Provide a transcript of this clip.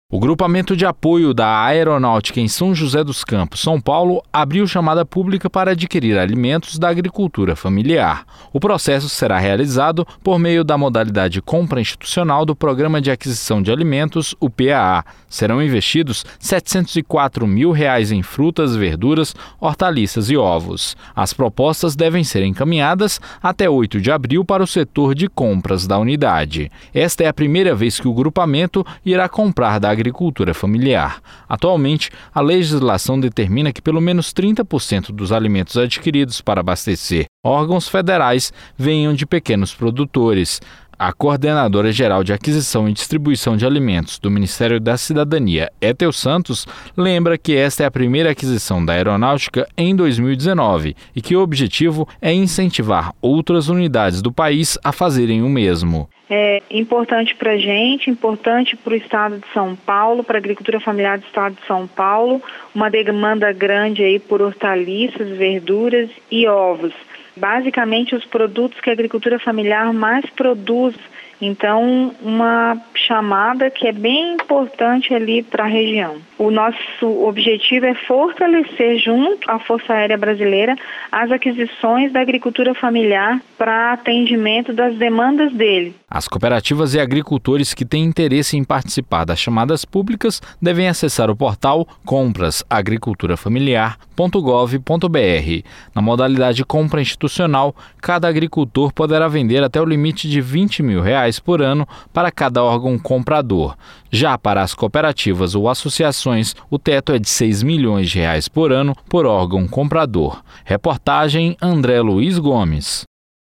O Grupamento de Apoio da Aeronáutica em São José dos Campos, São Paulo, abriu chamada pública para adquirir alimentos da agricultura familiar. O processo será realizado por meio da modalidade compra institucional do Programa de Aquisição de Alimentos, o PAA. Serão investidos R$ 704 mil em frutas, verduras, hortaliças e ovos. As propostas devem ser encaminhadas até 8 de abril para o setor de compras da unidade. Esta é a primeira vez que o grupamento irá comprar da agricultura familiar. Atualmente, a legislação determina que pelo menos 30% dos alimentos adquiridos para abastecer órgãos federais venham de pequenos produtores. A coordenadora-geral de Aquisição e Distribuição de Alimentos do Ministério da Cidadania, Ethel Santos, lembra que esta é a primeira aquisição da aeronáutica em 2019 e que o objetivo é incentivar outras unidades do país a fazerem o mesmo. É importante para a gente, importante para o estado de São Paulo, para a agricultura familiar do estado de São Paulo, uma demanda grande aí por hortaliças, verduras e ovos. Basicamente, os produtos que a agricultura familiar mais produz. Então, uma chamada que é bem importante ali para a região. O nosso objetivo é fortalecer, junto à Força Aérea Brasileira, as aquisições da agricultura familiar para atendimento das demandas dele. As cooperativas e agricultores que têm interesse em participar das chamadas públicas devem acessar o portal comprasagriculturafamiliar.gov.br. Na modalidade compra institucional, cada agricultor poderá vender até o limite de R$ 20 mil por ano para cada órgão comprador. Já para as cooperativas ou associações, o teto é de R$ 6 milhões por ano por órgão comprador. Reportagem André Luiz Gomes.